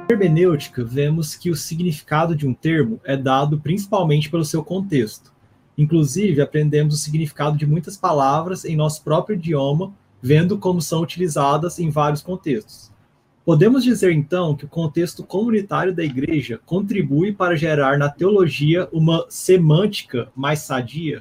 hermenêutica, vemos que o significado de um termo é dado principalmente pelo seu contexto. Inclusive, aprendemos o significado de muitas palavras em nosso próprio idioma, vendo como são utilizadas em vários contextos. Podemos dizer, então, que o contexto comunitário da igreja contribui para gerar na teologia uma semântica mais sadia?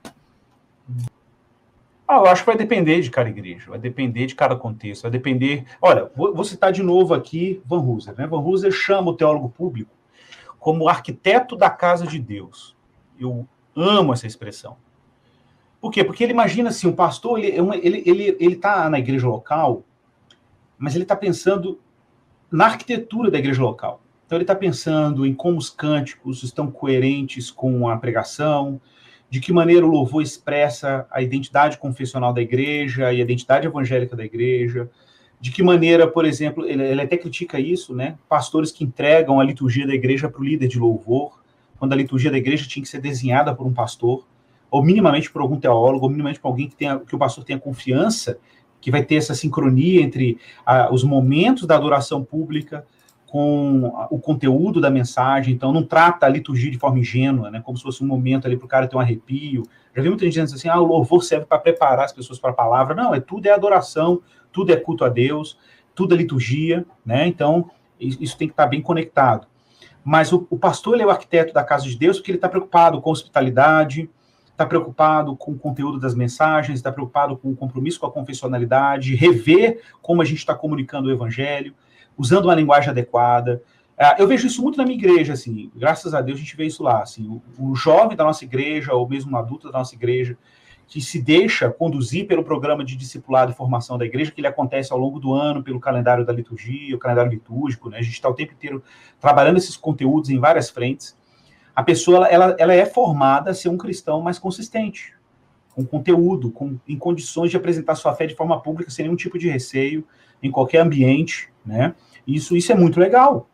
Eu acho que vai depender de cada igreja, vai depender de cada contexto, vai depender... Olha, vou citar de novo aqui Van Hooser, né? Van Hooser chama o teólogo público como arquiteto da casa de Deus. Eu amo essa expressão. Por quê? Porque ele imagina assim, o pastor, ele tá na igreja local, mas ele está pensando na arquitetura da igreja local. Então ele está pensando em como os cânticos estão coerentes com a pregação, de que maneira o louvor expressa a identidade confessional da igreja e a identidade evangélica da igreja, de que maneira, por exemplo, ele até critica isso, né? Pastores que entregam a liturgia da igreja para o líder de louvor, quando a liturgia da igreja tinha que ser desenhada por um pastor, ou minimamente por algum teólogo, ou minimamente por alguém que o pastor tenha confiança, que vai ter essa sincronia entre os momentos da adoração pública com o conteúdo da mensagem. Então não trata a liturgia de forma ingênua, né, como se fosse um momento ali para o cara ter um arrepio. Já vi muita gente dizendo assim, o louvor serve para preparar as pessoas para a palavra. Não, tudo é adoração, tudo é culto a Deus, tudo é liturgia, né? Então isso tem que estar bem conectado. Mas o pastor, ele é o arquiteto da casa de Deus porque ele está preocupado com hospitalidade, está preocupado com o conteúdo das mensagens, está preocupado com o compromisso com a confessionalidade, rever como a gente está comunicando o evangelho, usando uma linguagem adequada. Eu vejo isso muito na minha igreja, assim, graças a Deus a gente vê isso lá, assim, o jovem da nossa igreja, ou mesmo um adulto da nossa igreja, que se deixa conduzir pelo programa de discipulado e formação da igreja, que ele acontece ao longo do ano, pelo calendário da liturgia, o calendário litúrgico, né? A gente está o tempo inteiro trabalhando esses conteúdos em várias frentes. A pessoa ela é formada a ser um cristão mais consistente, com conteúdo, em condições de apresentar sua fé de forma pública, sem nenhum tipo de receio, em qualquer ambiente, né? Isso é muito legal,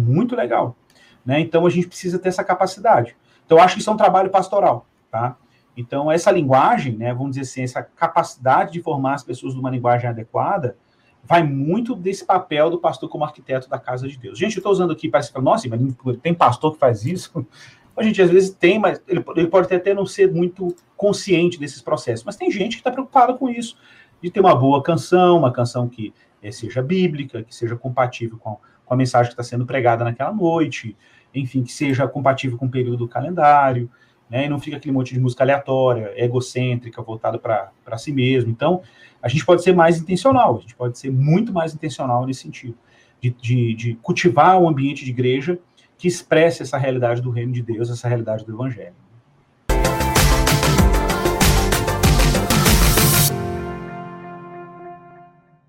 né? Então a gente precisa ter essa capacidade. Então eu acho que isso é um trabalho pastoral, tá? Então essa linguagem, né, vamos dizer assim, essa capacidade de formar as pessoas numa linguagem adequada, vai muito desse papel do pastor como arquiteto da casa de Deus. Gente, eu estou usando aqui, parece que, nossa, mas tem pastor que faz isso? A gente às vezes tem, mas ele pode até não ser muito consciente desses processos, mas tem gente que está preocupada com isso, de ter uma boa canção, uma canção que seja bíblica, que seja compatível com a mensagem que está sendo pregada naquela noite, enfim, que seja compatível com o período do calendário, né, e não fica aquele monte de música aleatória, egocêntrica, voltada para si mesmo. Então, a gente pode ser mais intencional, a gente pode ser muito mais intencional nesse sentido, de cultivar um ambiente de igreja que expresse essa realidade do reino de Deus, essa realidade do evangelho.